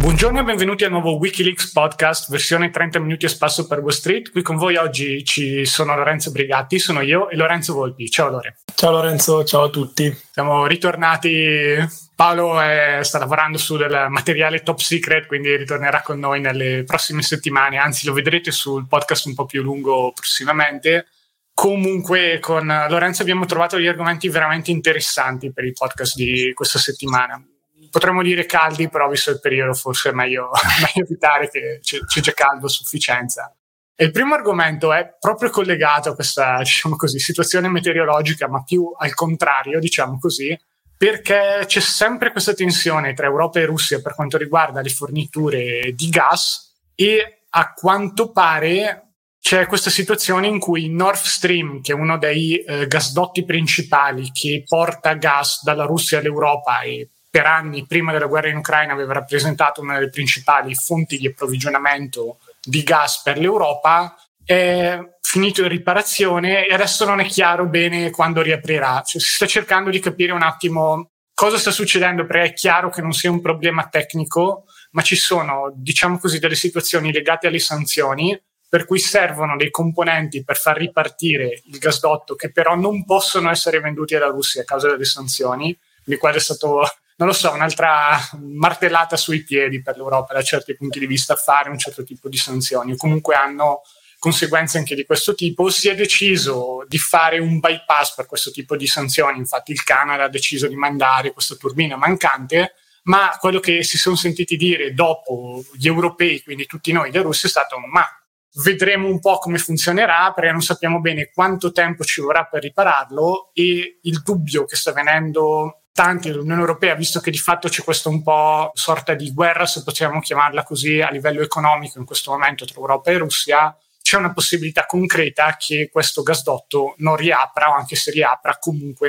Buongiorno e benvenuti al nuovo Wikileaks podcast, versione 30 minuti a spasso per Wall Street. Qui con voi oggi ci sono Lorenzo Brigatti, sono io, e Lorenzo Volpi. Ciao Lore. Ciao Lorenzo, ciao a tutti. Siamo ritornati, Paolo sta lavorando su del materiale top secret, quindi ritornerà con noi nelle prossime settimane, anzi lo vedrete sul podcast un po' più lungo prossimamente. Comunque con Lorenzo abbiamo trovato degli argomenti veramente interessanti per il podcast di questa settimana. Potremmo dire caldi, però visto il periodo forse è meglio evitare, che c'è già caldo a sufficienza. E il primo argomento è proprio collegato a questa, diciamo così, situazione meteorologica, ma più al contrario, diciamo così, perché c'è sempre questa tensione tra Europa e Russia per quanto riguarda le forniture di gas, e a quanto pare c'è questa situazione in cui Nord Stream, che è uno dei gasdotti principali che porta gas dalla Russia all'Europa e per anni, prima della guerra in Ucraina, aveva rappresentato una delle principali fonti di approvvigionamento di gas per l'Europa, è finito in riparazione e adesso non è chiaro bene quando riaprirà. Cioè, si sta cercando di capire un attimo cosa sta succedendo, perché è chiaro che non sia un problema tecnico, ma ci sono, diciamo così, delle situazioni legate alle sanzioni, per cui servono dei componenti per far ripartire il gasdotto, che però non possono essere venduti alla Russia a causa delle sanzioni, di quale è stato, non lo so, un'altra martellata sui piedi per l'Europa da certi punti di vista fare un certo tipo di sanzioni, o comunque hanno conseguenze anche di questo tipo. Si è deciso di fare un bypass per questo tipo di sanzioni, infatti il Canada ha deciso di mandare questa turbina mancante, ma quello che si sono sentiti dire dopo gli europei, quindi tutti noi da Russia, è stato: ma vedremo un po' come funzionerà, perché non sappiamo bene quanto tempo ci vorrà per ripararlo. E il dubbio che sta venendo tanti dell'Unione Europea, visto che di fatto c'è questo un po' sorta di guerra, se possiamo chiamarla così, a livello economico in questo momento tra Europa e Russia, c'è una possibilità concreta che questo gasdotto non riapra, o anche se riapra comunque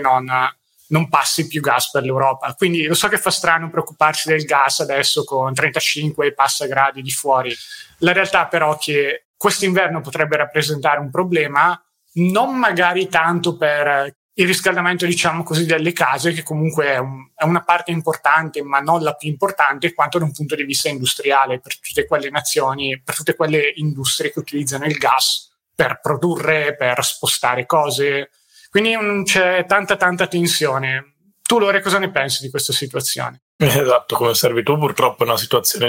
non passi più gas per l'Europa. Quindi lo so che fa strano preoccuparsi del gas adesso con 35 e passa gradi di fuori. La realtà però è che quest'inverno potrebbe rappresentare un problema, non magari tanto per il riscaldamento, diciamo così, delle case, che comunque è una parte importante, ma non la più importante, quanto da un punto di vista industriale, per tutte quelle nazioni, per tutte quelle industrie che utilizzano il gas per produrre, per spostare cose. Quindi c'è tanta tensione. Tu, Lore, cosa ne pensi di questa situazione? Esatto, come osservi tu, purtroppo è una situazione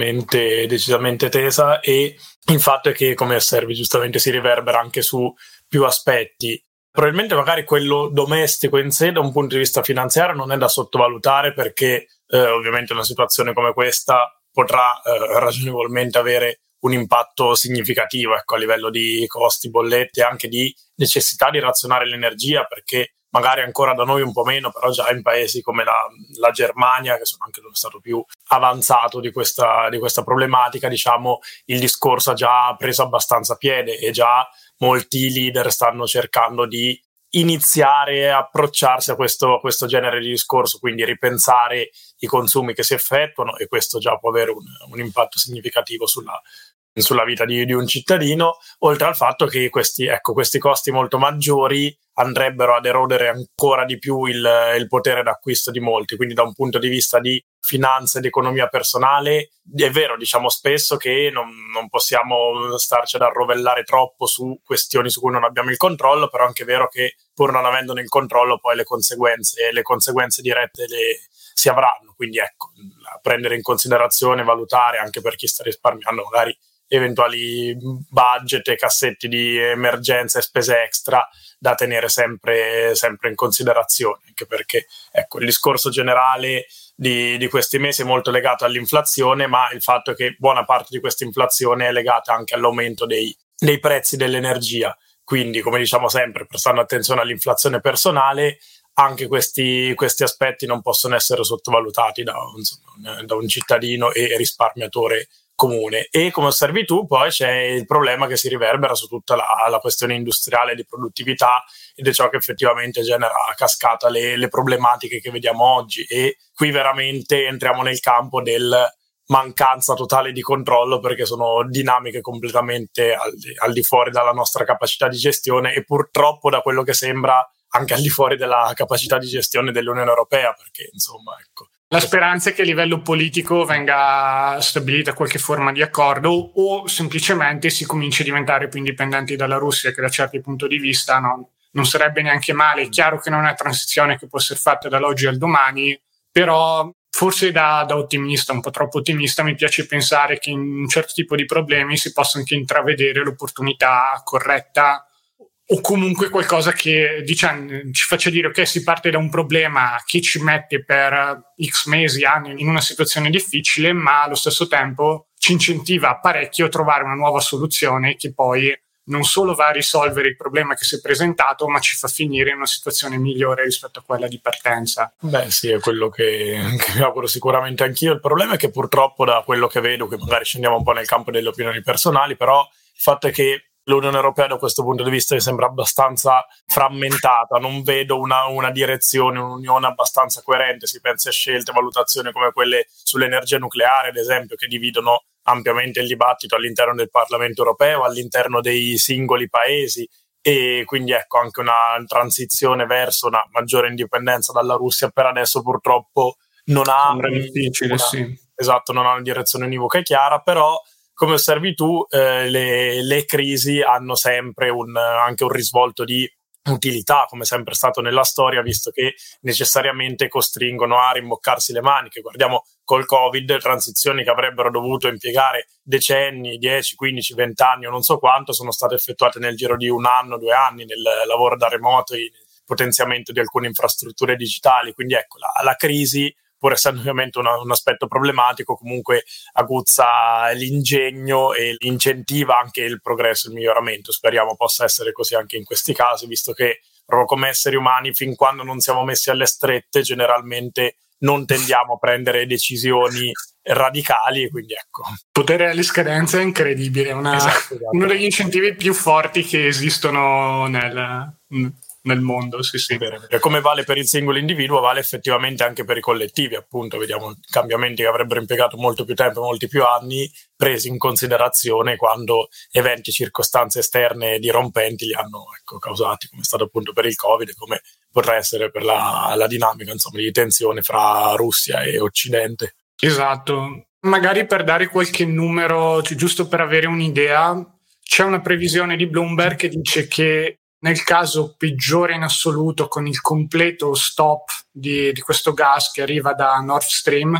decisamente tesa, e il fatto è che, come osservi giustamente, si riverbera anche su più aspetti. Probabilmente magari quello domestico in sé, da un punto di vista finanziario, non è da sottovalutare, perché ovviamente una situazione come questa potrà ragionevolmente avere un impatto significativo, ecco, a livello di costi, bollette, anche di necessità di razionare l'energia, perché magari ancora da noi un po' meno, però già in paesi come la Germania, che sono anche lo stato più avanzato di questa problematica, diciamo, il discorso ha già preso abbastanza piede, e già molti leader stanno cercando di iniziare a approcciarsi a questo genere di discorso, quindi ripensare i consumi che si effettuano, e questo già può avere un impatto significativo sulla vita di un cittadino, oltre al fatto che questi costi molto maggiori andrebbero ad erodere ancora di più il potere d'acquisto di molti. Quindi da un punto di vista di finanza ed economia personale è vero, diciamo spesso, che non possiamo starci ad arrovellare troppo su questioni su cui non abbiamo il controllo, però è anche vero che, pur non avendone il controllo, poi le conseguenze dirette si avranno. Quindi ecco, prendere in considerazione, valutare, anche per chi sta risparmiando, magari eventuali budget e cassetti di emergenza e spese extra da tenere sempre in considerazione, anche perché ecco, il discorso generale di questi mesi è molto legato all'inflazione, ma il fatto è che buona parte di questa inflazione è legata anche all'aumento dei prezzi dell'energia. Quindi, come diciamo sempre, prestando attenzione all'inflazione personale, anche questi aspetti non possono essere sottovalutati da un cittadino e risparmiatore comune. E come osservi tu, poi c'è il problema che si riverbera su tutta la questione industriale di produttività, ed è ciò che effettivamente genera a cascata le problematiche che vediamo oggi. E qui veramente entriamo nel campo del mancanza totale di controllo, perché sono dinamiche completamente al di fuori dalla nostra capacità di gestione, e purtroppo, da quello che sembra, anche al di fuori della capacità di gestione dell'Unione Europea, perché insomma, ecco, La speranza è che a livello politico venga stabilita qualche forma di accordo o semplicemente si cominci a diventare più indipendenti dalla Russia, che da certi punti di vista non sarebbe neanche male. È chiaro che non è una transizione che può essere fatta dall'oggi al domani, però forse da ottimista, un po' troppo ottimista, mi piace pensare che in un certo tipo di problemi si possa anche intravedere l'opportunità corretta o comunque qualcosa che ci faccia dire ok, si parte da un problema che ci mette per X mesi, anni in una situazione difficile, ma allo stesso tempo ci incentiva parecchio a trovare una nuova soluzione che poi non solo va a risolvere il problema che si è presentato, ma ci fa finire in una situazione migliore rispetto a quella di partenza. Beh sì, è quello che mi auguro sicuramente anch'io. Il problema è che purtroppo, da quello che vedo, che magari scendiamo un po' nel campo delle opinioni personali, però il fatto è che l'Unione Europea da questo punto di vista mi sembra abbastanza frammentata, non vedo una direzione, un'unione abbastanza coerente. Si pensa a scelte, valutazioni come quelle sull'energia nucleare, ad esempio, che dividono ampiamente il dibattito all'interno del Parlamento europeo, all'interno dei singoli paesi, e quindi ecco anche una transizione verso una maggiore indipendenza dalla Russia per adesso purtroppo non ha difficile, sì. Esatto, non ha una direzione univoca e chiara, però come osservi tu, le crisi hanno sempre anche un risvolto di utilità, come sempre stato nella storia, visto che necessariamente costringono a rimboccarsi le maniche. Guardiamo col Covid, transizioni che avrebbero dovuto impiegare decenni, 10, 15, 20 anni o non so quanto, sono state effettuate nel giro di 1 anno, 2 anni, nel lavoro da remoto, il potenziamento di alcune infrastrutture digitali. Quindi ecco, la crisi, pur essendo ovviamente un aspetto problematico, comunque aguzza l'ingegno e incentiva anche il progresso, il miglioramento. Speriamo possa essere così anche in questi casi, visto che proprio come esseri umani, fin quando non siamo messi alle strette, generalmente non tendiamo a prendere decisioni radicali, e quindi ecco. Potere alle scadenze è incredibile, Esatto. uno degli incentivi più forti che esistono nel mondo, sì. E come vale per il singolo individuo, vale effettivamente anche per i collettivi, appunto. Vediamo cambiamenti che avrebbero impiegato molto più tempo, molti più anni, presi in considerazione quando eventi e circostanze esterne dirompenti li hanno causati, come è stato appunto per il Covid, come potrà essere per la dinamica, insomma, di tensione fra Russia e Occidente. Esatto. Magari per dare qualche numero, giusto per avere un'idea, c'è una previsione di Bloomberg che dice che nel caso peggiore in assoluto, con il completo stop di questo gas che arriva da Nord Stream,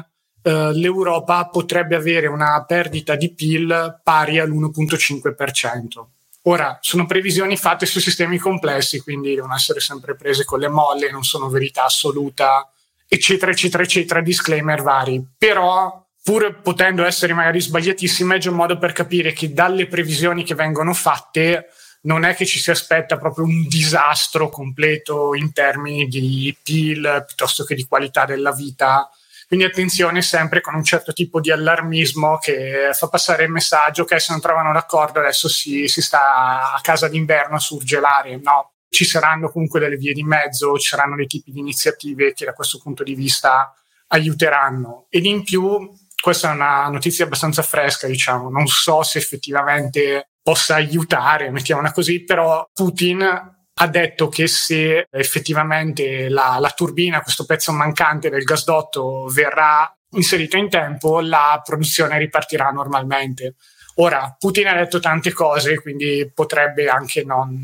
l'Europa potrebbe avere una perdita di PIL pari all'1,5%. Ora, sono previsioni fatte su sistemi complessi, quindi devono essere sempre prese con le molle, non sono verità assoluta, eccetera, eccetera, eccetera, disclaimer vari. Però, pur potendo essere magari sbagliatissime, è già un modo per capire che dalle previsioni che vengono fatte non è che ci si aspetta proprio un disastro completo in termini di PIL piuttosto che di qualità della vita. Quindi attenzione sempre con un certo tipo di allarmismo che fa passare il messaggio che se non trovano d'accordo adesso si sta a casa d'inverno a surgelare. No, ci saranno comunque delle vie di mezzo, ci saranno dei tipi di iniziative che da questo punto di vista aiuteranno. Ed in più, questa è una notizia abbastanza fresca, diciamo, non so se effettivamente possa aiutare, mettiamola così, però Putin ha detto che se effettivamente la turbina, questo pezzo mancante del gasdotto, verrà inserito in tempo, la produzione ripartirà normalmente. Ora, Putin ha detto tante cose, quindi potrebbe anche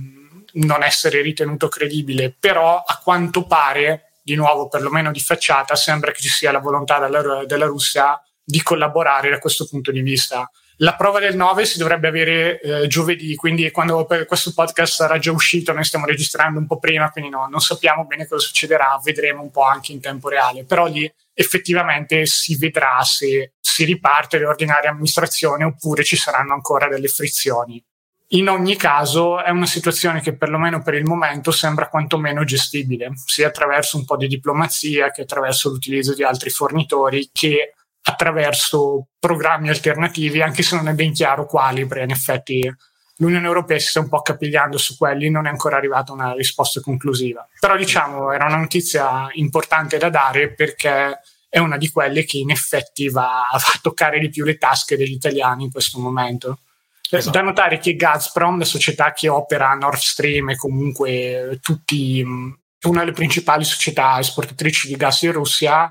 non essere ritenuto credibile, però a quanto pare, di nuovo perlomeno di facciata, sembra che ci sia la volontà della Russia di collaborare da questo punto di vista. La prova del 9 si dovrebbe avere giovedì, quindi quando questo podcast sarà già uscito, noi stiamo registrando un po' prima, quindi non sappiamo bene cosa succederà, vedremo un po' anche in tempo reale, però lì effettivamente si vedrà se si riparte l'ordinaria amministrazione oppure ci saranno ancora delle frizioni. In ogni caso è una situazione che perlomeno per il momento sembra quantomeno gestibile, sia attraverso un po' di diplomazia che attraverso l'utilizzo di altri fornitori che attraverso programmi alternativi, anche se non è ben chiaro quali, perché in effetti l'Unione Europea si sta un po' accapigliando su quelli, non è ancora arrivata una risposta conclusiva. Però diciamo era una notizia importante da dare perché è una di quelle che in effetti va a toccare di più le tasche degli italiani in questo momento. Esatto. Da notare che Gazprom, la società che opera Nord Stream e comunque una delle principali società esportatrici di gas in Russia,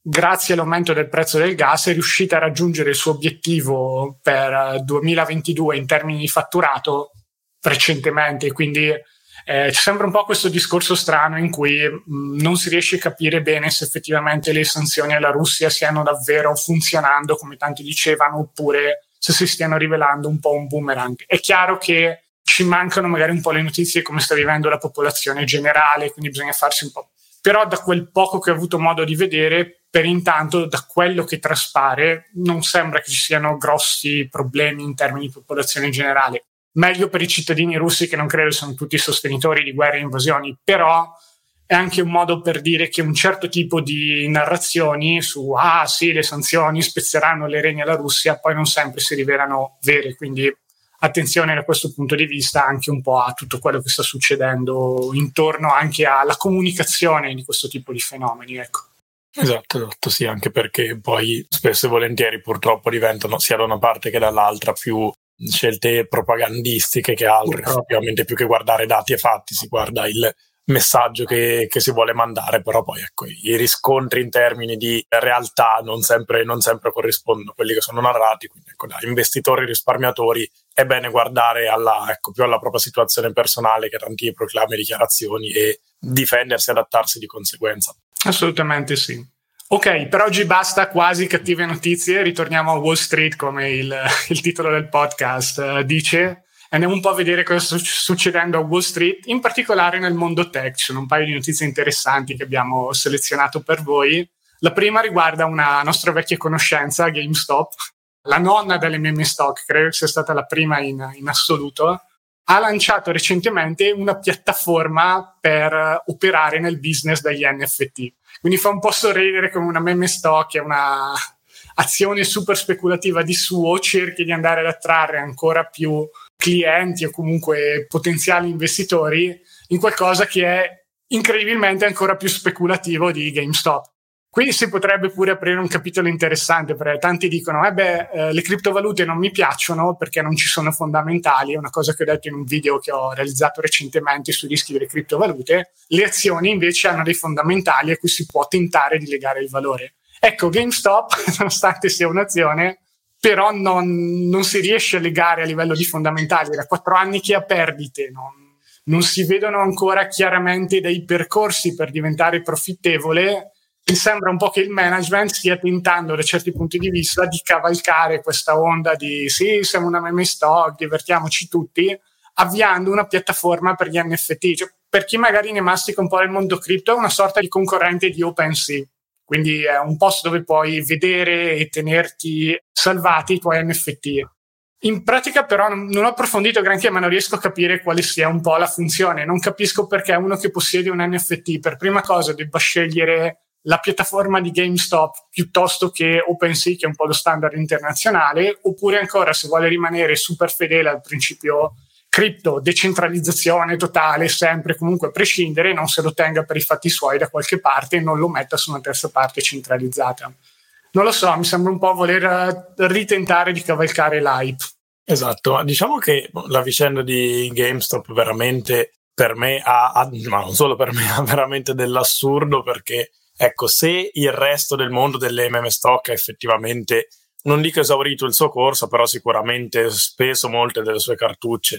grazie all'aumento del prezzo del gas, è riuscita a raggiungere il suo obiettivo per 2022 in termini di fatturato recentemente, quindi c'è sempre un po' questo discorso strano in cui non si riesce a capire bene se effettivamente le sanzioni alla Russia stiano davvero funzionando come tanti dicevano, oppure se si stiano rivelando un po' un boomerang. È chiaro che ci mancano magari un po' le notizie di come sta vivendo la popolazione generale, quindi bisogna farsi un po'. Però da quel poco che ho avuto modo di vedere, per intanto, da quello che traspare, non sembra che ci siano grossi problemi in termini di popolazione generale. Meglio per i cittadini russi, che non credo siano tutti sostenitori di guerre e invasioni, però è anche un modo per dire che un certo tipo di narrazioni su sì, le sanzioni spezzeranno le reni alla Russia, poi non sempre si rivelano vere, quindi attenzione da questo punto di vista anche un po' a tutto quello che sta succedendo intorno anche alla comunicazione di questo tipo di fenomeni, ecco. Esatto, sì, anche perché poi spesso e volentieri purtroppo diventano sia da una parte che dall'altra più scelte propagandistiche che altro. Effettivamente più che guardare dati e fatti si guarda il messaggio che si vuole mandare, però poi ecco i riscontri in termini di realtà non sempre corrispondono a quelli che sono narrati, quindi ecco, da investitori e risparmiatori è bene guardare più alla propria situazione personale che tanti proclami e dichiarazioni e difendersi e adattarsi di conseguenza. Assolutamente sì. Ok, per oggi basta quasi cattive notizie, ritorniamo a Wall Street come il titolo del podcast dice. Andiamo un po' a vedere cosa sta succedendo a Wall Street, in particolare nel mondo tech. Ci sono un paio di notizie interessanti che abbiamo selezionato per voi. La prima riguarda una nostra vecchia conoscenza, GameStop, la nonna delle meme stock, credo sia stata la prima in assoluto. Ha lanciato recentemente una piattaforma per operare nel business degli NFT. Quindi fa un po' sorridere come una meme stock, è una azione super speculativa di suo, cerchi di andare ad attrarre ancora più clienti o comunque potenziali investitori in qualcosa che è incredibilmente ancora più speculativo di GameStop. Qui si potrebbe pure aprire un capitolo interessante, perché tanti dicono le criptovalute non mi piacciono perché non ci sono fondamentali, è una cosa che ho detto in un video che ho realizzato recentemente sui rischi delle criptovalute. Le azioni invece hanno dei fondamentali a cui si può tentare di legare il valore. Ecco, GameStop, nonostante sia un'azione, però non si riesce a legare a livello di fondamentali. Da 4 anni che ha perdite, non si vedono ancora chiaramente dei percorsi per diventare profittevole. Mi sembra un po' che il management stia tentando da certi punti di vista di cavalcare questa onda di sì, siamo una meme stock, divertiamoci tutti, avviando una piattaforma per gli NFT. Cioè, per chi magari ne mastica un po' nel mondo cripto, è una sorta di concorrente di OpenSea. Quindi è un posto dove puoi vedere e tenerti salvati i tuoi NFT. In pratica però non ho approfondito granché, ma non riesco a capire quale sia un po' la funzione. Non capisco perché uno che possiede un NFT per prima cosa debba scegliere la piattaforma di GameStop piuttosto che OpenSea, che è un po' lo standard internazionale, oppure ancora se vuole rimanere super fedele al principio cripto, decentralizzazione totale, sempre comunque a prescindere, non se lo tenga per i fatti suoi da qualche parte e non lo metta su una terza parte centralizzata. Non lo so, mi sembra un po' voler ritentare di cavalcare l'hype. Esatto, diciamo che la vicenda di GameStop veramente per me ma non solo per me, ha veramente dell'assurdo, perché ecco, se il resto del mondo delle meme stock ha effettivamente, non dico esaurito il suo corso, però sicuramente speso molte delle sue cartucce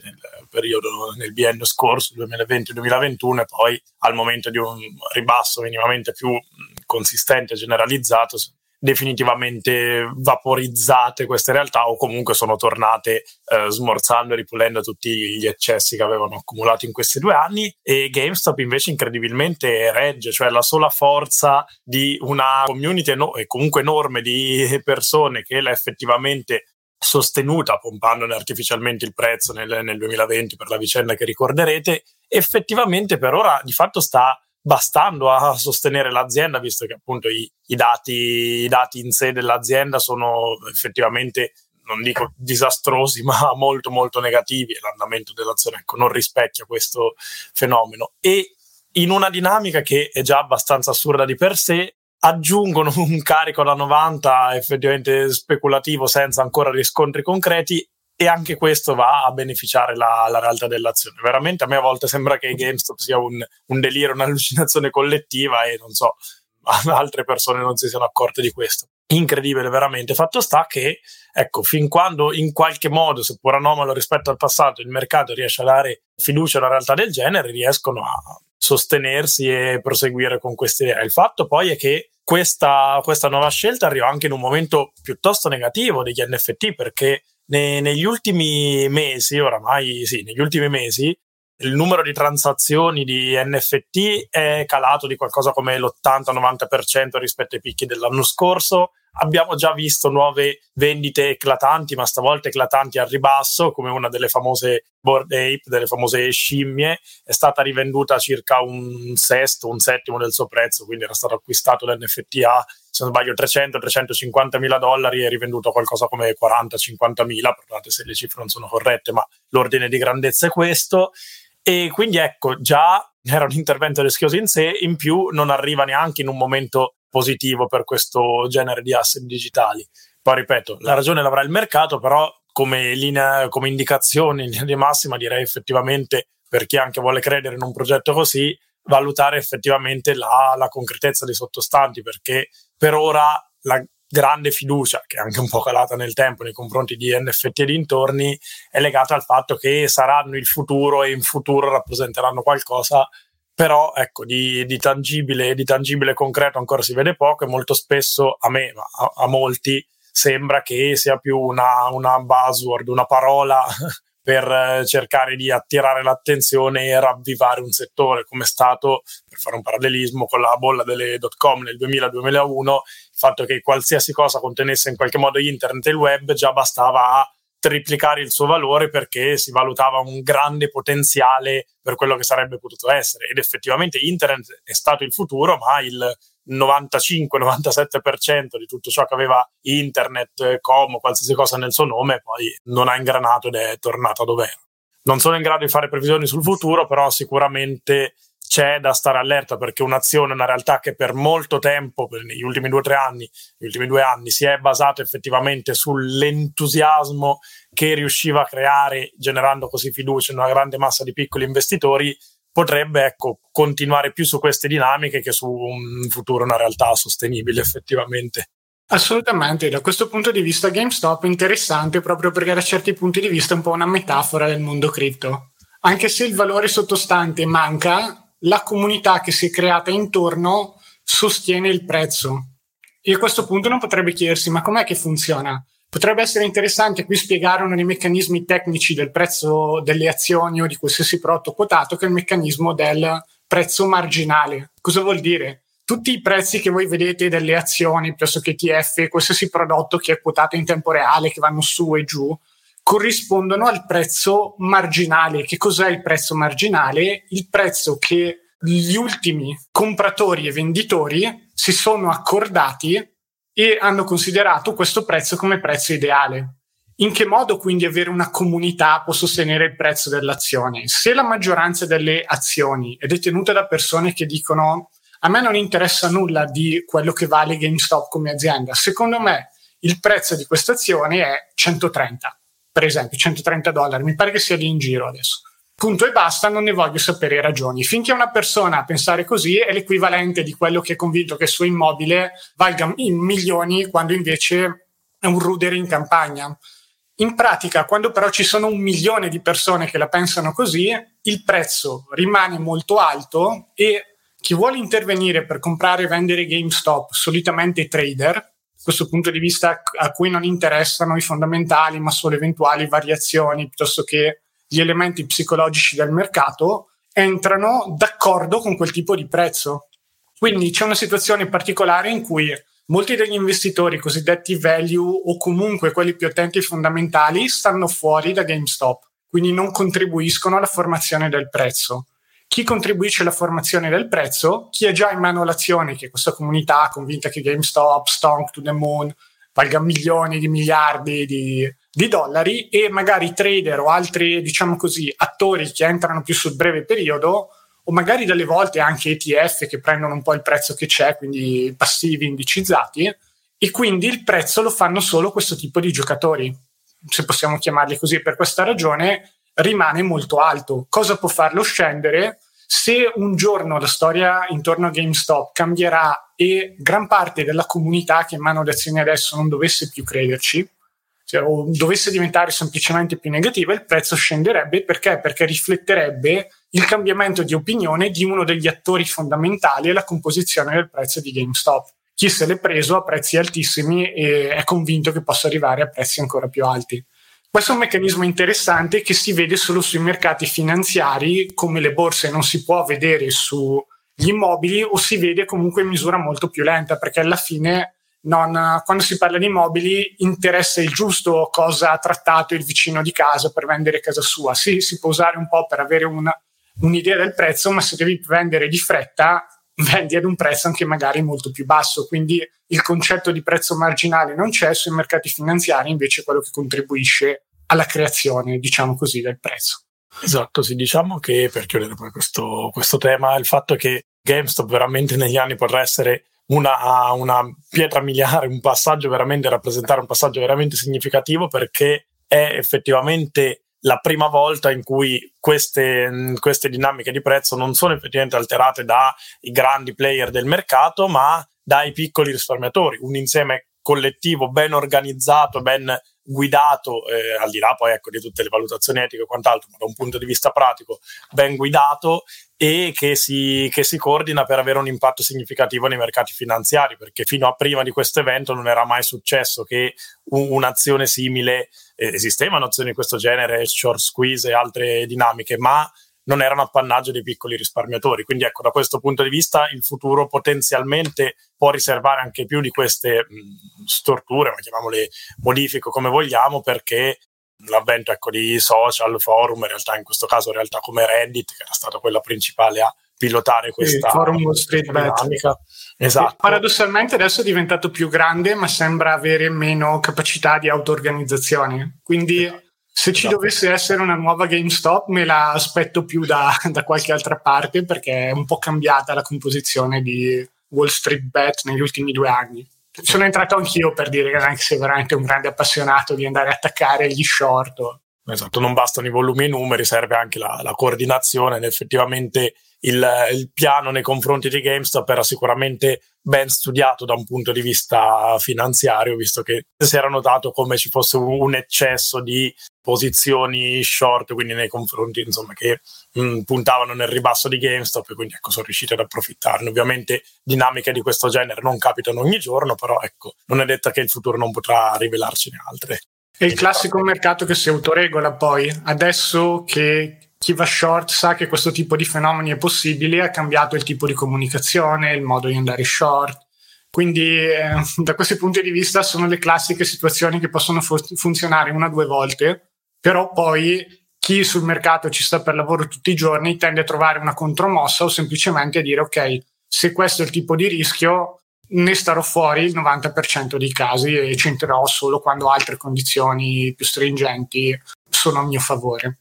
nel biennio scorso, 2020-2021, e poi al momento di un ribasso minimamente più consistente e generalizzato, definitivamente vaporizzate queste realtà, o comunque sono tornate smorzando e ripulendo tutti gli eccessi che avevano accumulato in questi 2 anni. E GameStop invece incredibilmente regge, cioè la sola forza di una community e comunque enorme di persone che l'ha effettivamente sostenuta, pompandone artificialmente il prezzo nel 2020 per la vicenda che ricorderete, effettivamente per ora di fatto sta bastando a sostenere l'azienda, visto che appunto i dati in sé dell'azienda sono effettivamente, non dico disastrosi, ma molto molto negativi, e l'andamento dell'azione non rispecchia questo fenomeno. E in una dinamica che è già abbastanza assurda di per sé, aggiungono un carico da 90 effettivamente speculativo senza ancora riscontri concreti, e anche questo va a beneficiare la realtà dell'azione. Veramente a me a volte sembra che GameStop sia un delirio, un'allucinazione collettiva, e non so, altre persone non si siano accorte di questo. Incredibile veramente. Fatto sta che, ecco, fin quando in qualche modo, seppur anomalo rispetto al passato, il mercato riesce a dare fiducia a una realtà del genere, riescono a sostenersi e proseguire con queste idee. Il fatto poi è che questa nuova scelta arriva anche in un momento piuttosto negativo degli NFT, perché negli ultimi mesi, il numero di transazioni di NFT è calato di qualcosa come l'80-90% rispetto ai picchi dell'anno scorso. Abbiamo già visto nuove vendite eclatanti, ma stavolta eclatanti al ribasso, come una delle famose Bored Ape, delle famose scimmie, è stata rivenduta a circa un settimo del suo prezzo, quindi era stato acquistato l'NFT a, se non sbaglio, $300-350 e rivenduto a qualcosa come 40-50 mila, perdonate se le cifre non sono corrette, ma l'ordine di grandezza è questo. E quindi ecco, già era un intervento rischioso in sé, in più non arriva neanche in un momento positivo per questo genere di asset digitali. Poi ripeto, la ragione l'avrà il mercato, però come indicazione in linea di massima direi effettivamente, per chi anche vuole credere in un progetto così, valutare effettivamente la concretezza dei sottostanti, perché per ora la grande fiducia, che è anche un po' calata nel tempo nei confronti di NFT e dintorni, è legata al fatto che saranno il futuro e in futuro rappresenteranno qualcosa, però ecco, di tangibile concreto ancora si vede poco, e molto spesso a me, ma a molti, sembra che sia più una buzzword, una parola per cercare di attirare l'attenzione e ravvivare un settore, come è stato, per fare un parallelismo, con la bolla delle .com nel 2000-2001, il fatto che qualsiasi cosa contenesse in qualche modo internet e il web già bastava a triplicare il suo valore, perché si valutava un grande potenziale per quello che sarebbe potuto essere, ed effettivamente internet è stato il futuro, ma il 95-97% di tutto ciò che aveva internet, com, qualsiasi cosa nel suo nome, poi non ha ingranato ed è tornato a dov'era. Non sono in grado di fare previsioni sul futuro, però sicuramente c'è da stare allerta, perché un'azione, una realtà che per molto tempo, negli ultimi 2 anni, si è basata effettivamente sull'entusiasmo che riusciva a creare, generando così fiducia in una grande massa di piccoli investitori, potrebbe continuare più su queste dinamiche che su un futuro, una realtà sostenibile effettivamente. Assolutamente, da questo punto di vista GameStop è interessante proprio perché da certi punti di vista è un po' una metafora del mondo cripto. Anche se il valore sottostante manca, la comunità che si è creata intorno sostiene il prezzo. E a questo punto uno potrebbe chiedersi: ma com'è che funziona? Potrebbe essere interessante qui spiegare uno dei meccanismi tecnici del prezzo delle azioni o di qualsiasi prodotto quotato, che è il meccanismo del prezzo marginale. Cosa vuol dire? Tutti i prezzi che voi vedete delle azioni, piuttosto che ETF, qualsiasi prodotto che è quotato in tempo reale, che vanno su e giù, corrispondono al prezzo marginale. Che cos'è il prezzo marginale? Il prezzo che gli ultimi compratori e venditori si sono accordati e hanno considerato questo prezzo come prezzo ideale. In che modo quindi avere una comunità può sostenere il prezzo dell'azione? Se la maggioranza delle azioni è detenuta da persone che dicono: a me non interessa nulla di quello che vale GameStop come azienda, secondo me il prezzo di questa azione è 130, per esempio $130, mi pare che sia lì in giro adesso. Punto e basta, non ne voglio sapere ragioni. Finché una persona a pensare così è l'equivalente di quello che è convinto che il suo immobile valga in milioni, quando invece è un rudere in campagna. In pratica, quando però ci sono 1 milione di persone che la pensano così, il prezzo rimane molto alto e chi vuole intervenire per comprare e vendere GameStop, solitamente trader, da questo punto di vista a cui non interessano i fondamentali ma solo eventuali variazioni piuttosto che gli elementi psicologici del mercato, entrano d'accordo con quel tipo di prezzo. Quindi c'è una situazione particolare in cui molti degli investitori cosiddetti value, o comunque quelli più attenti ai fondamentali, stanno fuori da GameStop, quindi non contribuiscono alla formazione del prezzo. Chi contribuisce alla formazione del prezzo? Chi ha già in mano l'azione, che è questa comunità convinta che GameStop, stonk to the moon, valga milioni di miliardi di dollari, e magari trader o altri, diciamo così, attori che entrano più sul breve periodo, o magari delle volte anche ETF che prendono un po' il prezzo che c'è, quindi passivi indicizzati, e quindi il prezzo lo fanno solo questo tipo di giocatori, se possiamo chiamarli così. Per questa ragione rimane molto alto. Cosa può farlo scendere? Se un giorno la storia intorno a GameStop cambierà e gran parte della comunità che in mano le azioni adesso non dovesse più crederci, cioè, o dovesse diventare semplicemente più negativa, il prezzo scenderebbe. Perché? Perché rifletterebbe il cambiamento di opinione di uno degli attori fondamentali e la composizione del prezzo di GameStop. Chi se l'è preso a prezzi altissimi e è convinto che possa arrivare a prezzi ancora più alti. Questo è un meccanismo interessante che si vede solo sui mercati finanziari, come le borse non si può vedere sugli immobili, o si vede comunque in misura molto più lenta, perché alla fine quando si parla di immobili interessa il giusto cosa ha trattato il vicino di casa per vendere casa sua. Sì, si può usare un po' per avere un'idea del prezzo, ma se devi vendere di fretta, vendi ad un prezzo anche magari molto più basso. Quindi il concetto di prezzo marginale non c'è. Sui mercati finanziari invece è quello che contribuisce alla creazione, diciamo così, del prezzo. Esatto, sì, diciamo che, per chiudere poi questo tema, il fatto che GameStop veramente negli anni potrà essere una pietra miliare, un passaggio veramente, rappresentare un passaggio veramente significativo, perché è effettivamente la prima volta in cui queste dinamiche di prezzo non sono effettivamente alterate dai grandi player del mercato, ma dai piccoli risparmiatori, un insieme collettivo ben organizzato, ben guidato, al di là poi di tutte le valutazioni etiche e quant'altro, ma da un punto di vista pratico ben guidato, e che si coordina per avere un impatto significativo nei mercati finanziari, perché fino a prima di questo evento non era mai successo che un'azione simile, esistevano azioni di questo genere, short squeeze e altre dinamiche, ma non erano appannaggio dei piccoli risparmiatori. Quindi da questo punto di vista il futuro potenzialmente può riservare anche più di queste storture, ma chiamiamole modifiche come vogliamo, perché l'avvento di social, forum, in questo caso realtà come Reddit, che era stata quella principale a pilotare questa forum Wall Street dinamica. Esatto. Paradossalmente adesso è diventato più grande, ma sembra avere meno capacità di auto-organizzazione. Quindi se ci dovesse essere una nuova GameStop me la aspetto più da qualche altra parte, perché è un po' cambiata la composizione di Wall Street Bet negli ultimi 2 anni. Sono entrato anch'io per dire che anche sei veramente un grande appassionato di andare a attaccare gli short. Esatto, non bastano i volumi e i numeri, serve anche la coordinazione ed effettivamente il piano nei confronti di GameStop era sicuramente ben studiato da un punto di vista finanziario, visto che si era notato come ci fosse un eccesso di posizioni short, quindi nei confronti che puntavano nel ribasso di GameStop, e quindi sono riusciti ad approfittarne. Ovviamente dinamiche di questo genere non capitano ogni giorno, però non è detto che il futuro non potrà rivelarcene altre. È il classico mercato che si autoregola poi. Adesso che chi va short sa che questo tipo di fenomeni è possibile, ha cambiato il tipo di comunicazione, il modo di andare short. Quindi da questi punti di vista sono le classiche situazioni che possono funzionare 1 o 2 volte, però poi chi sul mercato ci sta per lavoro tutti i giorni tende a trovare una contromossa o semplicemente a dire ok, se questo è il tipo di rischio ne starò fuori il 90% dei casi e ci entrerò solo quando altre condizioni più stringenti sono a mio favore.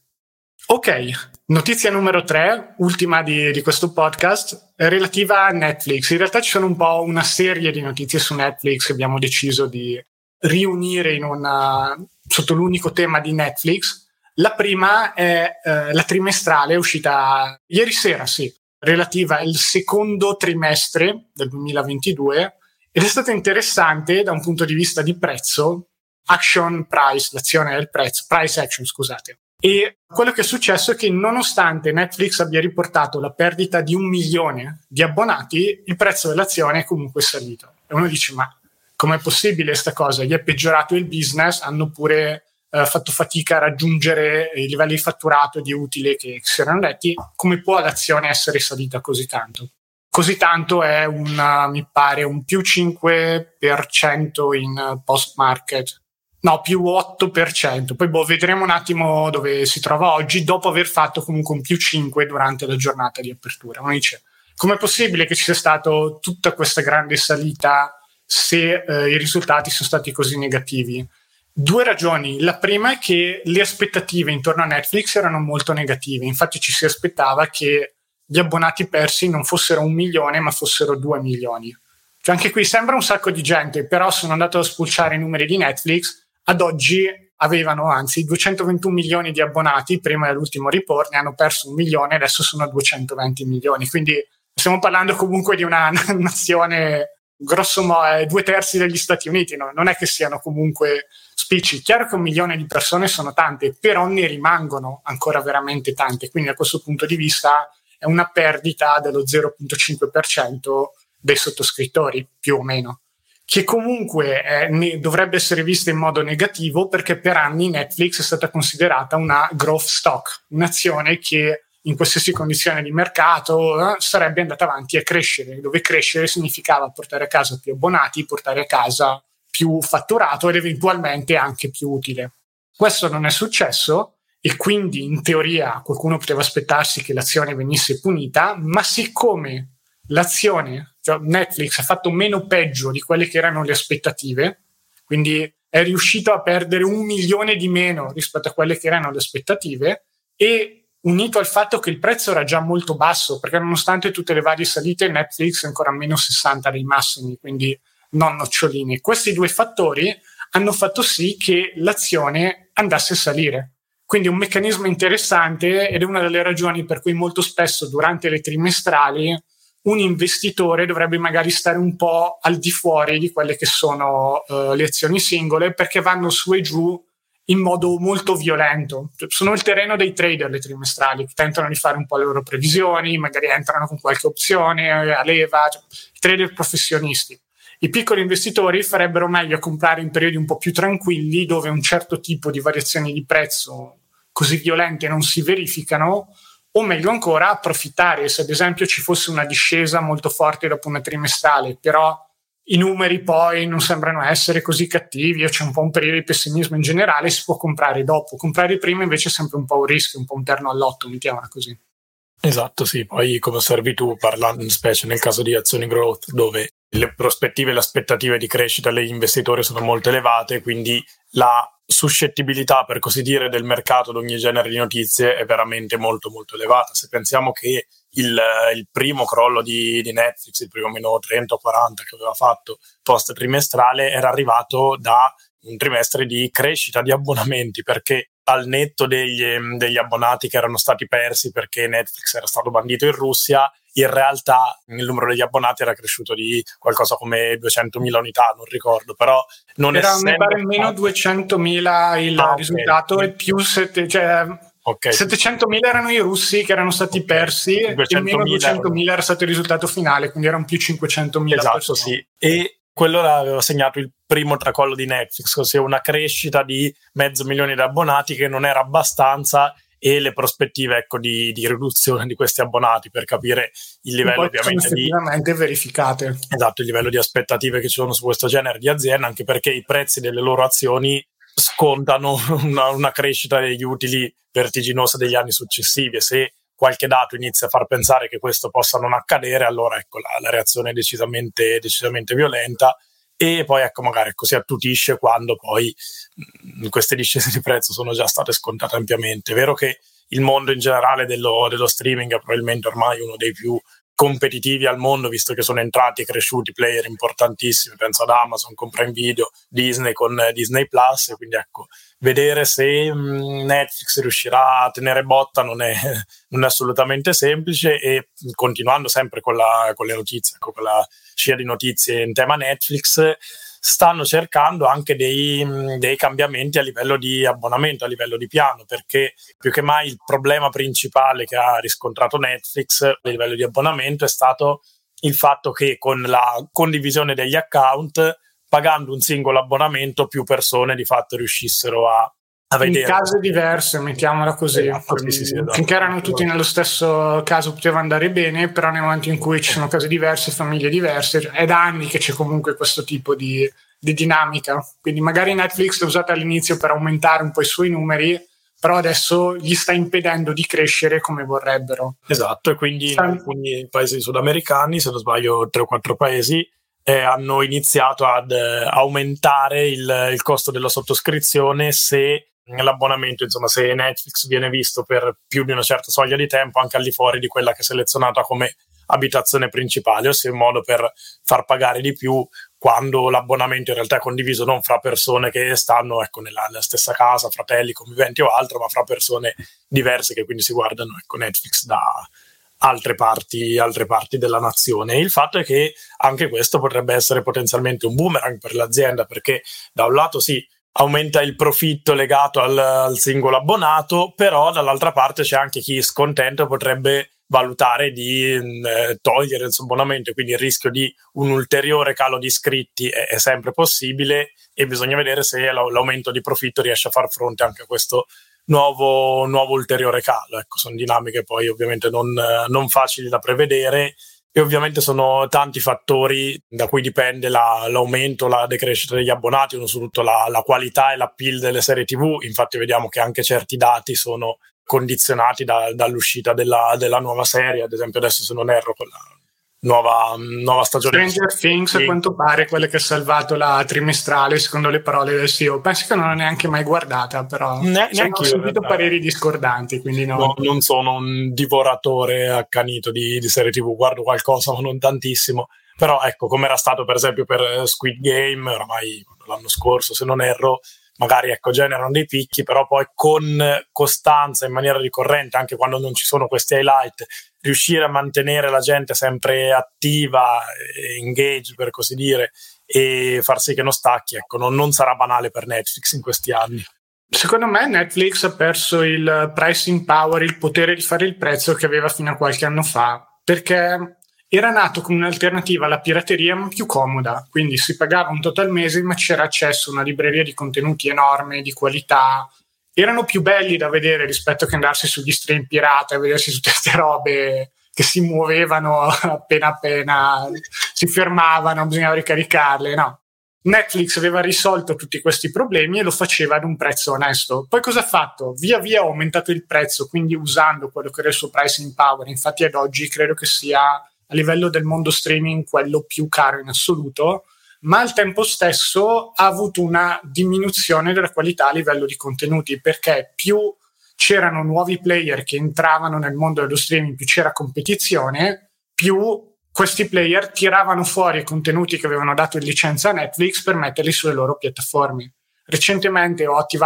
Ok, notizia numero 3, ultima di questo podcast, relativa a Netflix. In realtà ci sono un po' una serie di notizie su Netflix che abbiamo deciso di riunire sotto l'unico tema di Netflix. La prima è la trimestrale, è uscita ieri sera, sì, relativa al secondo trimestre del 2022, ed è stata interessante da un punto di vista di prezzo, action price, l'azione del prezzo, price action, scusate. E quello che è successo è che nonostante Netflix abbia riportato la perdita di 1 milione di abbonati, il prezzo dell'azione è comunque salito. E uno dice, ma com'è possibile sta cosa? Gli è peggiorato il business, hanno pure fatto fatica a raggiungere i livelli di fatturato e di utile che si erano detti. Come può l'azione essere salita così tanto? Così tanto è mi pare un più 5% in post-market. No, più 8%. Poi vedremo un attimo dove si trova oggi, dopo aver fatto comunque un più 5 durante la giornata di apertura. Uno dice, com'è possibile che ci sia stata tutta questa grande salita se i risultati sono stati così negativi? 2 ragioni. La prima è che le aspettative intorno a Netflix erano molto negative. Infatti ci si aspettava che gli abbonati persi non fossero 1 milione, ma fossero 2 milioni. Cioè anche qui sembra un sacco di gente, però sono andato a spulciare i numeri di Netflix. Ad oggi avevano anzi 221 milioni di abbonati prima dell'ultimo report, ne hanno perso 1 milione, adesso sono a 220 milioni, quindi stiamo parlando comunque di una nazione grosso modo 2/3 degli Stati Uniti, no? Non è che siano comunque spicci. Chiaro che 1 milione di persone sono tante, però ne rimangono ancora veramente tante, quindi da questo punto di vista è una perdita dello 0,5% dei sottoscrittori, più o meno, che comunque dovrebbe essere vista in modo negativo, perché per anni Netflix è stata considerata una growth stock, un'azione che in qualsiasi condizione di mercato sarebbe andata avanti a crescere, dove crescere significava portare a casa più abbonati, portare a casa più fatturato ed eventualmente anche più utile. Questo non è successo e quindi in teoria qualcuno poteva aspettarsi che l'azione venisse punita, ma siccome l'azione, cioè Netflix, ha fatto meno peggio di quelle che erano le aspettative, quindi è riuscito a perdere 1 milione di meno rispetto a quelle che erano le aspettative, e unito al fatto che il prezzo era già molto basso, perché nonostante tutte le varie salite Netflix è ancora a meno 60 dei massimi, quindi non noccioline. Questi due fattori hanno fatto sì che l'azione andasse a salire. Quindi è un meccanismo interessante ed è una delle ragioni per cui molto spesso durante le trimestrali un investitore dovrebbe magari stare un po' al di fuori di quelle che sono le azioni singole, perché vanno su e giù in modo molto violento. Sono il terreno dei trader le trimestrali, che tentano di fare un po' le loro previsioni, magari entrano con qualche opzione a leva, i trader professionisti. I piccoli investitori farebbero meglio a comprare in periodi un po' più tranquilli, dove un certo tipo di variazioni di prezzo così violente non si verificano, o meglio ancora approfittare se ad esempio ci fosse una discesa molto forte dopo una trimestrale, però i numeri poi non sembrano essere così cattivi o c'è un po' un periodo di pessimismo in generale, si può comprare dopo. Comprare prima invece è sempre un po' un rischio, un po' un terno all'otto, mettiamola così. Esatto, sì. Poi come osservi tu, parlando specie nel caso di azioni growth, dove le prospettive e le aspettative di crescita degli investitori sono molto elevate, quindi la suscettibilità, per così dire, del mercato ad ogni genere di notizie è veramente molto molto elevata. Se pensiamo che il primo crollo di Netflix, il primo meno 30 o 40 che aveva fatto post trimestrale, era arrivato da un trimestre di crescita di abbonamenti, perché al netto degli abbonati che erano stati persi perché Netflix era stato bandito in Russia, in realtà il numero degli abbonati era cresciuto di qualcosa come 200.000 unità, non ricordo, però non era essendo... mi pare meno 200.000 il risultato, e più 700.000 erano i russi che erano stati persi, e meno 200.000 era stato il risultato finale, quindi erano più 500.000 esatto, persone. Sì. E quello aveva segnato il primo tracollo di Netflix, ossia una crescita di 500.000 di abbonati che non era abbastanza, e le prospettive, ecco, di riduzione di questi abbonati, per capire il livello ovviamente effettivamente verificate. Esatto, il livello di aspettative che ci sono su questo genere di aziende, anche perché i prezzi delle loro azioni scontano una crescita degli utili vertiginosa degli anni successivi, e se qualche dato inizia a far pensare che questo possa non accadere, allora ecco la reazione è decisamente violenta, e poi ecco magari si attutisce quando poi queste discese di prezzo sono già state scontate ampiamente. È vero che il mondo in generale dello streaming è probabilmente ormai uno dei più competitivi al mondo, visto che sono entrati e cresciuti player importantissimi, penso ad Amazon con Prime Video, Disney con Disney Plus, e quindi ecco, vedere se Netflix riuscirà a tenere botta non è assolutamente semplice. E continuando sempre con le notizie, con la scia di notizie in tema Netflix, stanno cercando anche dei cambiamenti a livello di abbonamento, a livello di piano, perché più che mai il problema principale che ha riscontrato Netflix a livello di abbonamento è stato il fatto che con la condivisione degli account, pagando un singolo abbonamento, più persone di fatto riuscissero a vedere. In case diverse, mettiamola così, esatto. finché erano tutti nello stesso caso poteva andare bene, però nel momento in cui ci sono case diverse, famiglie diverse, è da anni che c'è comunque questo tipo di dinamica. Quindi magari Netflix l'ha usata all'inizio per aumentare un po' i suoi numeri, però adesso gli sta impedendo di crescere come vorrebbero. Esatto, e quindi in alcuni paesi sudamericani, se non sbaglio 3 o 4 paesi, hanno iniziato ad aumentare il costo della sottoscrizione se l'abbonamento, insomma, se Netflix viene visto per più di una certa soglia di tempo, anche al di fuori di quella che è selezionata come abitazione principale, ossia in modo per far pagare di più quando l'abbonamento in realtà è condiviso non fra persone che stanno nella stessa casa, fratelli, conviventi o altro, ma fra persone diverse che quindi si guardano Netflix da altre parti della nazione. Il fatto è che anche questo potrebbe essere potenzialmente un boomerang per l'azienda, perché da un lato sì, aumenta il profitto legato al singolo abbonato, però dall'altra parte c'è anche chi scontento e potrebbe valutare di togliere il suo abbonamento, quindi il rischio di un ulteriore calo di iscritti è sempre possibile, e bisogna vedere se l'aumento di profitto riesce a far fronte anche a questo nuovo ulteriore calo. Sono dinamiche poi ovviamente non facili da prevedere, e ovviamente sono tanti fattori da cui dipende l'aumento, la decrescita degli abbonati, innanzitutto la qualità e l'appeal delle serie TV. Infatti vediamo che anche certi dati sono condizionati dall'uscita della nuova serie, ad esempio adesso, se non erro, con la nuova stagione Stranger Things, a quanto pare quella che ha salvato la trimestrale, secondo le parole del CEO. Penso che non l'ho neanche mai guardata, però ho sentito pareri discordanti, quindi non sono un divoratore accanito di serie TV, guardo qualcosa ma non tantissimo, però come era stato per esempio per Squid Game oramai l'anno scorso, se non erro, magari generano dei picchi, però poi con costanza, in maniera ricorrente, anche quando non ci sono questi highlight, riuscire a mantenere la gente sempre attiva, engage per così dire, e far sì che non stacchi, non sarà banale per Netflix in questi anni. Secondo me Netflix ha perso il pricing power, il potere di fare il prezzo che aveva fino a qualche anno fa, perché era nato come un'alternativa alla pirateria ma più comoda, quindi si pagava un tot al mese ma c'era accesso a una libreria di contenuti enorme, di qualità, erano più belli da vedere rispetto che andarsi sugli stream pirata e vedersi tutte queste robe che si muovevano appena si fermavano, bisognava ricaricarle, no. Netflix aveva risolto tutti questi problemi e lo faceva ad un prezzo onesto. Poi cosa ha fatto? Via via ha aumentato il prezzo, quindi usando quello che era il suo pricing power. Infatti ad oggi credo che sia a livello del mondo streaming quello più caro in assoluto, ma al tempo stesso ha avuto una diminuzione della qualità a livello di contenuti, perché più c'erano nuovi player che entravano nel mondo dello streaming, più c'era competizione, più questi player tiravano fuori i contenuti che avevano dato in licenza a Netflix per metterli sulle loro piattaforme. Recentemente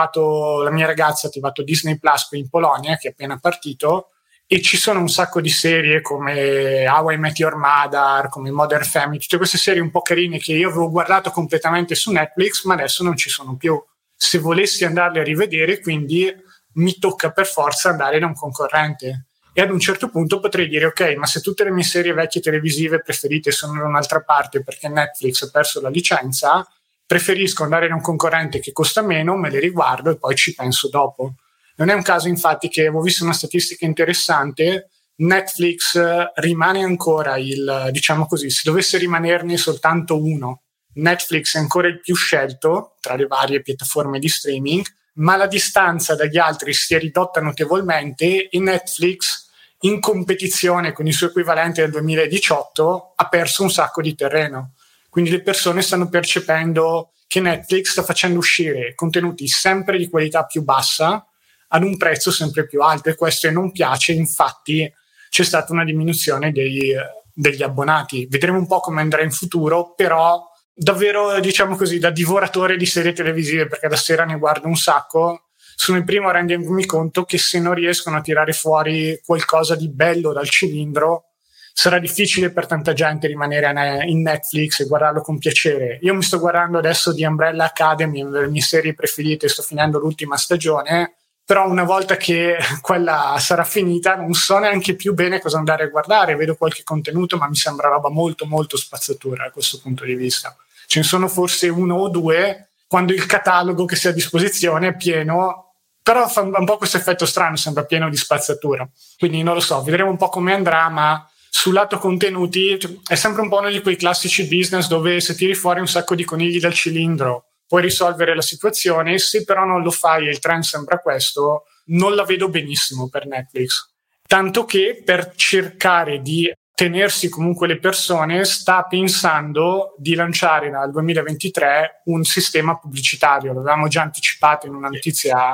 la mia ragazza ha attivato Disney Plus qui in Polonia, che è appena partito, e ci sono un sacco di serie come How I Met Your Mother, come Modern Family, tutte queste serie un po' carine che io avevo guardato completamente su Netflix, ma adesso non ci sono più. Se volessi andarle a rivedere, quindi mi tocca per forza andare da un concorrente. E ad un certo punto potrei dire ok, ma se tutte le mie serie vecchie televisive preferite sono da un'altra parte perché Netflix ha perso la licenza, preferisco andare da un concorrente che costa meno, me le riguardo e poi ci penso dopo. Non è un caso infatti che avevo visto una statistica interessante, Netflix rimane ancora diciamo così, se dovesse rimanerne soltanto uno, Netflix è ancora il più scelto tra le varie piattaforme di streaming, ma la distanza dagli altri si è ridotta notevolmente e Netflix, in competizione con il suo equivalente del 2018, ha perso un sacco di terreno. Quindi le persone stanno percependo che Netflix sta facendo uscire contenuti sempre di qualità più bassa ad un prezzo sempre più alto, e questo non piace. Infatti c'è stata una diminuzione degli abbonati. Vedremo un po' come andrà in futuro, però davvero, diciamo così, da divoratore di serie televisive, perché da sera ne guardo un sacco, sono il primo a rendermi conto che se non riescono a tirare fuori qualcosa di bello dal cilindro, sarà difficile per tanta gente rimanere in Netflix e guardarlo con piacere. Io mi sto guardando adesso The Umbrella Academy, una delle mie serie preferite, sto finendo l'ultima stagione, però una volta che quella sarà finita non so neanche più bene cosa andare a guardare. Vedo qualche contenuto ma mi sembra roba molto molto spazzatura da questo punto di vista. Ce ne sono forse uno o due quando il catalogo che si ha a disposizione è pieno, però fa un po' questo effetto strano, sembra pieno di spazzatura. Quindi non lo so, vedremo un po' come andrà, ma sul lato contenuti è sempre un po' uno di quei classici business dove se tiri fuori un sacco di conigli dal cilindro puoi risolvere la situazione. Se però non lo fai e il trend sembra questo, non la vedo benissimo per Netflix. Tanto che per cercare di tenersi comunque le persone sta pensando di lanciare dal 2023 un sistema pubblicitario. L'avevamo già anticipato in una notizia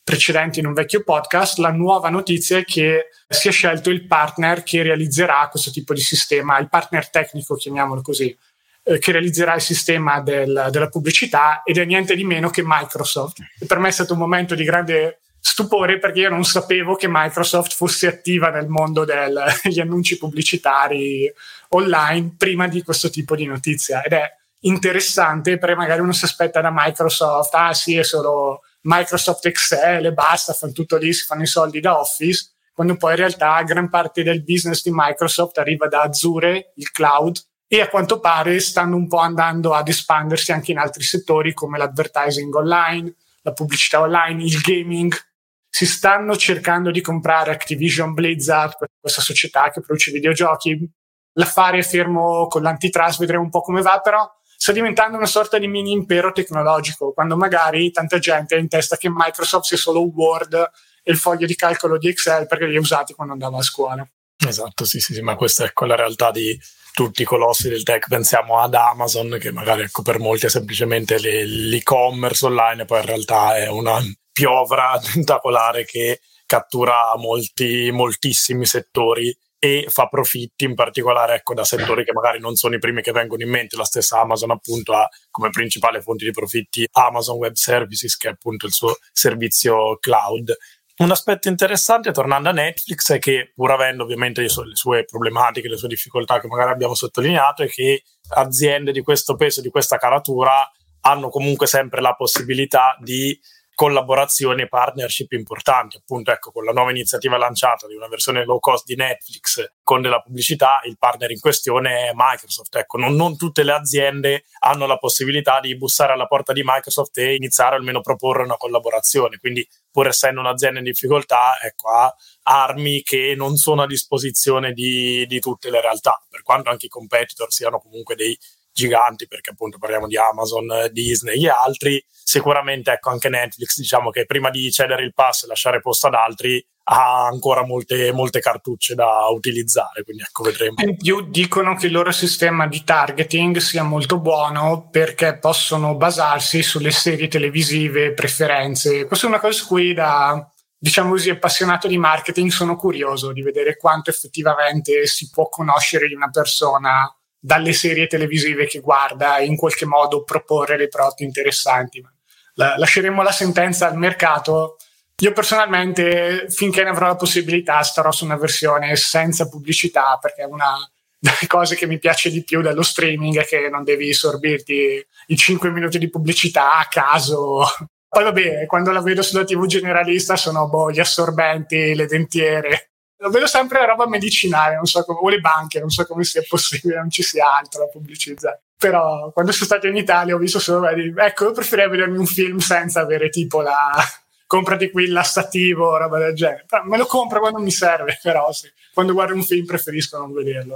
precedenti in un vecchio podcast, la nuova notizia è che si è scelto il partner che realizzerà questo tipo di sistema, il partner tecnico, chiamiamolo così, che realizzerà il sistema della pubblicità, ed è niente di meno che Microsoft. E per me è stato un momento di grande stupore, perché io non sapevo che Microsoft fosse attiva nel mondo degli annunci pubblicitari online prima di questo tipo di notizia, ed è interessante perché magari uno si aspetta da Microsoft, sì, è solo Microsoft Excel e basta, fanno tutto lì, si fanno i soldi da Office, quando poi in realtà gran parte del business di Microsoft arriva da Azure, il cloud, e a quanto pare stanno un po' andando ad espandersi anche in altri settori come l'advertising online, la pubblicità online, il gaming. Si stanno cercando di comprare Activision Blizzard, questa società che produce videogiochi. L'affare è fermo con l'antitrust, vedremo un po' come va, però sta diventando una sorta di mini impero tecnologico, quando magari tanta gente ha in testa che Microsoft sia solo Word e il foglio di calcolo di Excel perché li ha usati quando andava a scuola. Esatto, sì, ma questa è la realtà di tutti i colossi del tech. Pensiamo ad Amazon, che magari per molti è semplicemente l'e-commerce online, poi in realtà è una piovra tentacolare che cattura moltissimi settori e fa profitti, in particolare da settori che magari non sono i primi che vengono in mente. La stessa Amazon appunto ha come principale fonte di profitti Amazon Web Services, che è appunto il suo servizio cloud. Un aspetto interessante, tornando a Netflix, è che, pur avendo ovviamente le sue problematiche, le sue difficoltà che magari abbiamo sottolineato, è che aziende di questo peso, di questa caratura, hanno comunque sempre la possibilità di collaborazioni e partnership importanti. Appunto, con la nuova iniziativa lanciata di una versione low cost di Netflix con della pubblicità, il partner in questione è Microsoft. Non tutte le aziende hanno la possibilità di bussare alla porta di Microsoft e iniziare o almeno proporre una collaborazione. Quindi, pur essendo un'azienda in difficoltà, ha armi che non sono a disposizione di tutte le realtà, per quanto anche i competitor siano comunque dei giganti, perché appunto parliamo di Amazon, Disney e altri. Sicuramente anche Netflix, diciamo che prima di cedere il passo e lasciare posto ad altri, ha ancora molte cartucce da utilizzare, quindi vedremo. In più dicono che il loro sistema di targeting sia molto buono perché possono basarsi sulle serie televisive, preferenze. Questa è una cosa su cui, da diciamo così appassionato di marketing, sono curioso di vedere quanto effettivamente si può conoscere di una persona dalle serie televisive che guarda e in qualche modo proporre dei prodotti interessanti. Lasceremo la sentenza al mercato. Io personalmente, finché ne avrò la possibilità, starò su una versione senza pubblicità, perché una delle cose che mi piace di più dello streaming è che non devi sorbirti i 5 minuti di pubblicità a caso. Poi vabbè, quando la vedo sulla TV generalista sono gli assorbenti, le dentiere. Lo vedo sempre la roba medicinale, non so come, o le banche, non so come sia possibile, non ci sia altro da pubblicizzare. Però quando sono stato in Italia ho visto solo, io preferirei vedermi un film senza avere tipo la comprati qui il lassativo, roba del genere. Però me lo compro quando mi serve, però sì. Quando guardo un film preferisco non vederlo,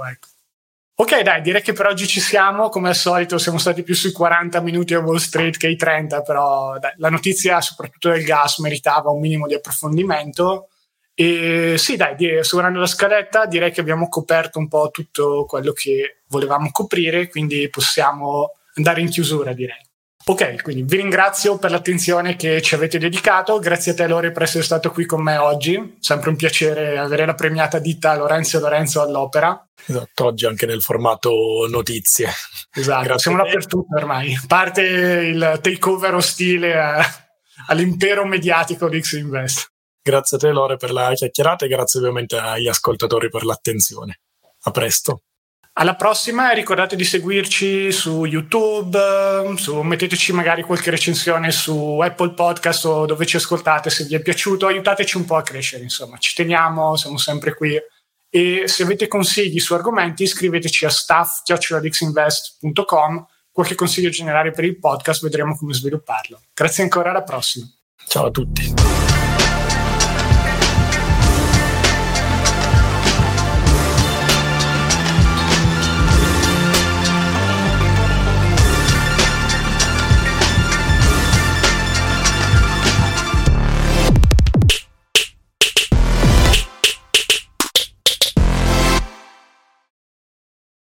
Ok, dai, direi che per oggi ci siamo. Come al solito siamo stati più sui 40 minuti a Wall Street che i 30, però dai, la notizia soprattutto del gas meritava un minimo di approfondimento. E sì, dai, seguendo la scaletta direi che abbiamo coperto un po' tutto quello che volevamo coprire, quindi possiamo andare in chiusura, direi. Ok, quindi vi ringrazio per l'attenzione che ci avete dedicato. Grazie a te, Lore, per essere stato qui con me oggi. Sempre un piacere avere la premiata ditta Lorenzo all'opera. Esatto, oggi anche nel formato notizie. Esatto, grazie, siamo dappertutto ormai. Parte il takeover ostile all'impero mediatico di X-Invest. Grazie a te, Lore, per la chiacchierata, e grazie ovviamente agli ascoltatori per l'attenzione. A presto. Alla prossima, ricordate di seguirci su YouTube, metteteci magari qualche recensione su Apple Podcast o dove ci ascoltate se vi è piaciuto, aiutateci un po' a crescere, insomma, ci teniamo, siamo sempre qui. E se avete consigli su argomenti scriveteci a staff@dixinvest.com, qualche consiglio generale per il podcast, vedremo come svilupparlo. Grazie ancora, alla prossima. Ciao a tutti.